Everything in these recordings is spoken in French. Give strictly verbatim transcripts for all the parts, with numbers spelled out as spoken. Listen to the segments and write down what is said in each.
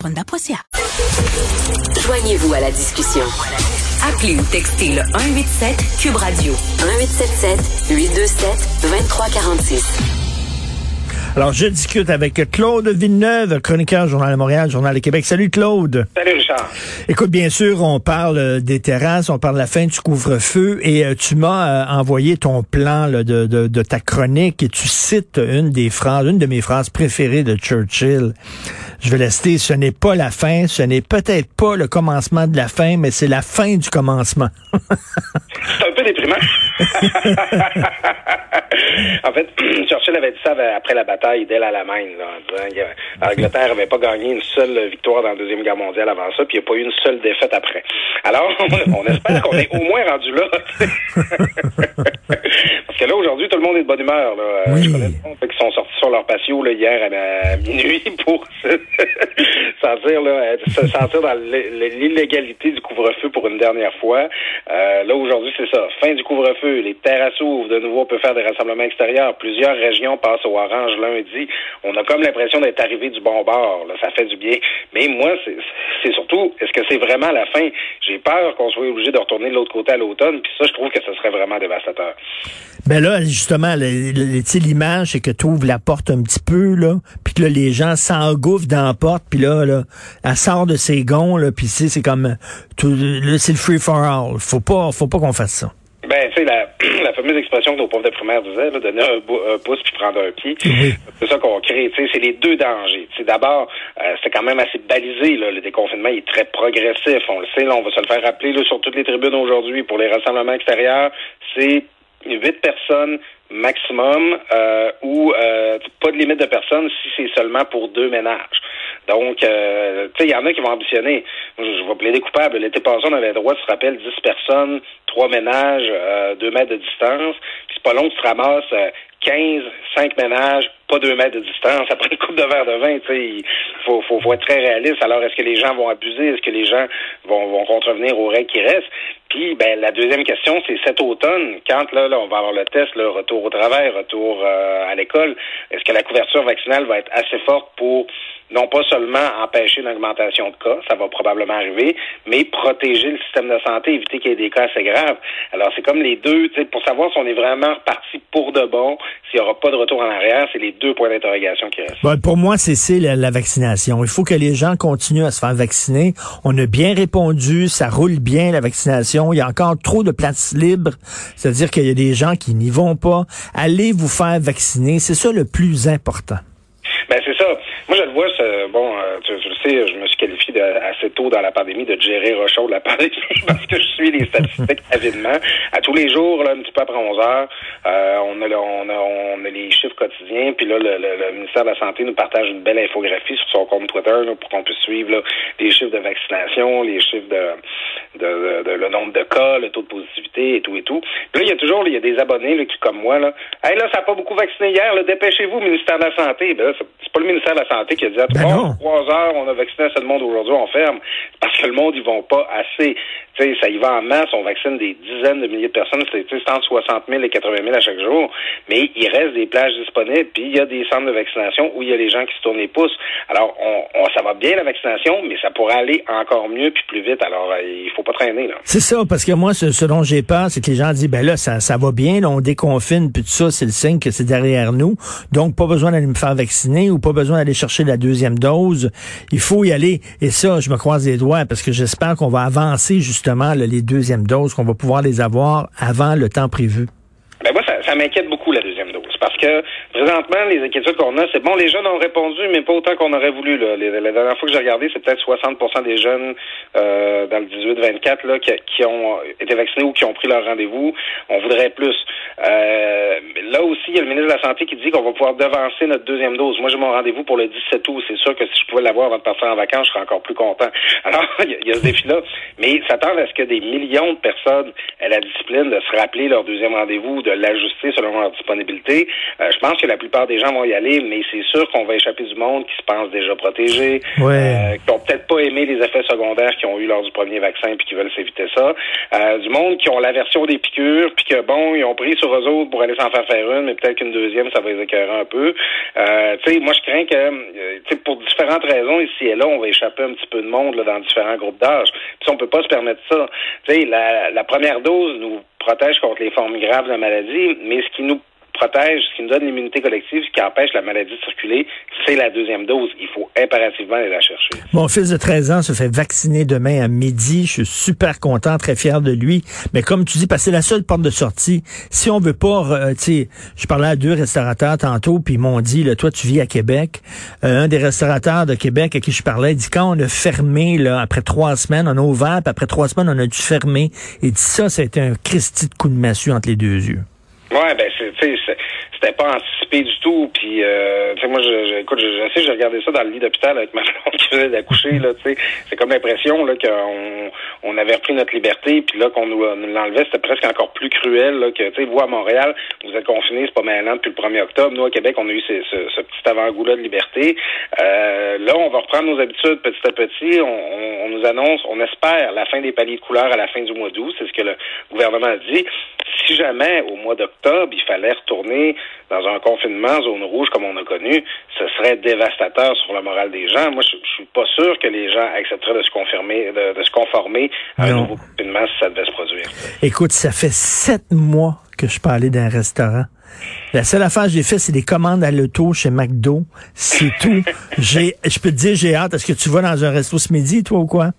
Joignez-vous à la discussion. Appelez ou textez le un huit sept Cube Radio. un huit sept sept huit deux sept deux trois quatre six. Alors, je discute avec Claude Villeneuve, chroniqueur Journal de Montréal, Journal de Québec. Salut Claude. Salut Richard. Écoute, bien sûr, on parle des terrasses, on parle de la fin du couvre-feu et euh, tu m'as euh, envoyé ton plan là, de, de, de ta chronique et tu cites une des phrases, une de mes phrases préférées de Churchill. Je vais la citer, ce n'est pas la fin, ce n'est peut-être pas le commencement de la fin, mais c'est la fin du commencement. C'est un peu déprimant. En fait, Churchill avait dit ça après la bataille d'El Alamein, là, en disant que l'Angleterre n'avait pas gagné une seule victoire dans la Deuxième Guerre mondiale avant ça, puis il n'y a pas eu une seule défaite après. Alors, on espère qu'on est au moins rendu là. Parce que là, aujourd'hui, tout le monde est de bonne humeur. Là. Oui. Je connais des gens qui sont sortis sur leur patio là, hier à, à minuit pour se sentir, là, se sentir dans l'illégalité du couvre-feu pour une dernière fois. Euh, là, aujourd'hui, c'est ça. Fin du couvre-feu. Les terrasses ouvrent. De nouveau, on peut faire des rassemblements extérieurs. Plusieurs régions passent au orange lundi. On a comme l'impression d'être arrivé du bon bord. Là. Ça fait du bien. Mais moi, c'est, c'est surtout, est-ce que c'est vraiment la fin? J'ai peur qu'on soit obligé de retourner de l'autre côté à l'automne. Puis ça, je trouve que ce serait vraiment dévastateur. Ben là, justement, le, le, l'image, c'est que tu ouvres la porte un petit peu, là, puis que là, les gens s'engouffrent dans la porte, puis là, là, elle sort de ses gonds, là, puis c'est, c'est comme, tout, là, c'est le free for all. Faut pas, faut pas qu'on fasse ça. Ben, tu sais, la, la fameuse expression que nos profs de primaire disaient, là, donner un, bou- un pouce puis prendre un pied, oui. C'est ça qu'on crée. Tu sais, c'est les deux dangers. Tu sais, d'abord, euh, c'est quand même assez balisé, là. Le déconfinement il est très progressif. On le sait, là, on va se le faire rappeler, là, sur toutes les tribunes aujourd'hui. Pour les rassemblements extérieurs, c'est huit personnes maximum euh, ou euh, pas de limite de personnes si c'est seulement pour deux ménages. Donc, euh, tu sais, il y en a qui vont ambitionner. Je, je vais plaider coupable. L'été passé, on avait le droit, tu te rappelles, dix personnes, trois ménages, euh, deux mètres de distance. Puis c'est pas long que tu te ramasses euh, quinze, cinq ménages, pas deux mètres de distance. Après une coupe de verre de vin, tu sais, il faut, faut, faut être très réaliste. Alors, est-ce que les gens vont abuser? Est-ce que les gens vont, vont contrevenir aux règles qui restent? Puis, ben, la deuxième question, c'est cet automne, quand là, là, on va avoir le test, le retour au travail, retour euh, à l'école, est-ce que la couverture vaccinale va être assez forte pour non pas seulement empêcher une augmentation de cas, ça va probablement arriver, mais protéger le système de santé, éviter qu'il y ait des cas assez graves. Alors, c'est comme les deux, tu sais, pour savoir si on est vraiment reparti pour de bon, s'il n'y aura pas de retour en arrière, c'est les deux points d'interrogation qui restent. Bon, pour moi, c'est, c'est la, la vaccination. Il faut que les gens continuent à se faire vacciner. On a bien répondu, ça roule bien, la vaccination. Il y a encore trop de places libres, c'est-à-dire qu'il y a des gens qui n'y vont pas. Allez vous faire vacciner, c'est ça le plus important. Ben c'est ça. Moi, je le vois, c'est, bon, euh, tu, tu le sais, je me suis qualifié de, assez tôt dans la pandémie de gérer Rochaud de la pandémie parce que je suis les statistiques avidement. À tous les jours, là, un petit peu après onze heures, euh, on, a, on, a, on a les chiffres quotidiens, puis là, le, le, le ministère de la Santé nous partage une belle infographie sur son compte Twitter là, pour qu'on puisse suivre là, les chiffres de vaccination, les chiffres de, de, de, de le nombre de cas, le taux de positivité et tout et tout. Puis là, il y a toujours, il y a des abonnés là, qui, comme moi, là, hey, là, ça n'a pas beaucoup vacciné hier, là, dépêchez-vous, ministère de la Santé. Ben là, c'est pas le ministère de la Santé qui a dit à ben trois heures, on a vacciné assez de monde aujourd'hui, on ferme. Parce que le monde, ils vont pas assez. Tu sais, ça y va en masse, on vaccine des dizaines de milliers de personnes, c'est entre soixante mille et quatre-vingt mille à chaque jour. Mais il reste des plages disponibles, puis il y a des centres de vaccination où il y a les gens qui se tournent les pouces. Alors, on, on ça va bien la vaccination, mais ça pourrait aller encore mieux puis plus vite. Alors, euh, il faut pas traîner, là. C'est ça, parce que moi, ce, ce dont j'ai peur, c'est que les gens disent, ben là, ça, ça va bien, là, on déconfine, puis tout ça, c'est le signe que c'est derrière nous. Donc, pas besoin d'aller me faire vacciner ou pas besoin d'aller chercher la deuxième dose. Il faut y aller. Et ça, je me croise les doigts parce que j'espère qu'on va avancer justement là, les deuxièmes doses, qu'on va pouvoir les avoir avant le temps prévu. Ben moi, ça, ça m'inquiète beaucoup, la deuxième dose. Parce que, présentement, les inquiétudes qu'on a, c'est bon, les jeunes ont répondu, mais pas autant qu'on aurait voulu. Là. Les, la dernière fois que j'ai regardé, c'est peut-être soixante pour cent des jeunes euh, dans le dix-huit vingt-quatre là, qui, qui ont été vaccinés ou qui ont pris leur rendez-vous. On voudrait plus. Euh, là aussi, il y a le ministre de la Santé qui dit qu'on va pouvoir devancer notre deuxième dose. Moi, j'ai mon rendez-vous pour le dix-sept août. C'est sûr que si je pouvais l'avoir avant de partir en vacances, je serais encore plus content. Alors, il y, y a ce défi-là. Mais ça tend à ce que des millions de personnes aient la discipline de se rappeler leur deuxième rendez-vous, de l'ajuster selon leur disponibilité. Euh, je pense que la plupart des gens vont y aller, mais c'est sûr qu'on va échapper du monde qui se pense déjà protégés, ouais. euh, qui ont peut-être pas aimé les effets secondaires qu'ils ont eu lors du premier vaccin puis qui veulent s'éviter ça. Euh, du monde qui ont l'aversion des piqûres puis que bon, ils ont pris sur eux autres pour aller s'en faire faire une, mais peut-être qu'une deuxième, ça va les écœurer un peu. Euh, tu sais, moi, je crains que, euh, tu sais, pour différentes raisons, ici et là, on va échapper un petit peu de monde là, dans différents groupes d'âge. Puis on peut pas se permettre ça. Tu sais, la, la première dose nous protège contre les formes graves de la maladie, mais ce qui nous protège, ce qui nous donne l'immunité collective, ce qui empêche la maladie de circuler, c'est la deuxième dose. Il faut impérativement aller la chercher. Mon fils de treize ans se fait vacciner demain à midi. Je suis super content, très fier de lui. Mais comme tu dis, parce que c'est la seule porte de sortie. Si on veut pas, euh, tu sais, je parlais à deux restaurateurs tantôt, puis ils m'ont dit, là, toi, tu vis à Québec. Euh, un des restaurateurs de Québec à qui je parlais, il dit, quand on a fermé, là, après trois semaines, on a ouvert, puis après trois semaines, on a dû fermer. Il dit, ça, ça a été un Christi de coup de massue entre les deux yeux. Ouais, ben c'est, tu sais, c'était pas anticipé du tout. Puis, euh, tu sais, moi, je, je, écoute, je, je sais, j'ai regardé ça dans le lit d'hôpital avec ma blonde qui faisait d'accoucher. Là, tu sais, c'est comme l'impression là qu'on on avait repris notre liberté, puis là qu'on nous, nous l'enlevait, c'était presque encore plus cruel. Là, que, tu sais, vous à Montréal, vous êtes confinés, c'est pas maintenant depuis le premier octobre. Nous à Québec, on a eu ce, ce, ce petit avant-goût-là de liberté. Euh, là, on va reprendre nos habitudes petit à petit. On, on, on nous annonce, on espère la fin des paliers de couleur à la fin du mois d'août. C'est ce que le gouvernement a dit. Si jamais, au mois d'octobre, il fallait retourner dans un confinement, zone rouge, comme on a connu, ce serait dévastateur sur le moral des gens. Moi, je, je suis pas sûr que les gens accepteraient de se confirmer, de, de se conformer à non. un nouveau confinement si ça devait se produire. Écoute, ça fait sept mois que je peux aller dans un restaurant. La seule affaire que j'ai fait, c'est des commandes à l'auto chez McDo. C'est tout. j'ai, je peux te dire, j'ai hâte. Est-ce que tu vas dans un resto ce midi, toi, ou quoi?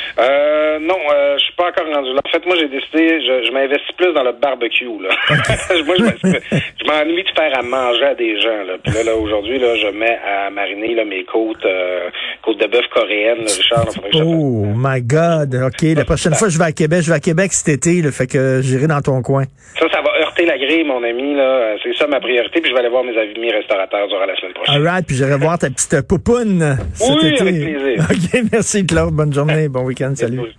Euh, non, euh, je suis pas encore rendu là. En fait, moi, j'ai décidé, je, je m'investis plus dans le barbecue, là. moi, je, je m'ennuie de faire à manger à des gens, là. Puis là, là, aujourd'hui, là, je mets à mariner, là, mes côtes, euh, côtes de bœuf coréennes, là, Richard. Là, que oh, my God. OK. La prochaine fois, je vais à Québec. Je vais à Québec cet été, là. Fait que j'irai dans ton coin. Ça, ça va heurter la grille, mon ami, là. C'est ça ma priorité. Puis je vais aller voir mes amis restaurateurs durant la semaine prochaine. All right. Puis j'irai voir ta petite poupoune cet oui, été. avec plaisir. OK. Merci, Claude. Bonne journée. Bon week-end. Salut.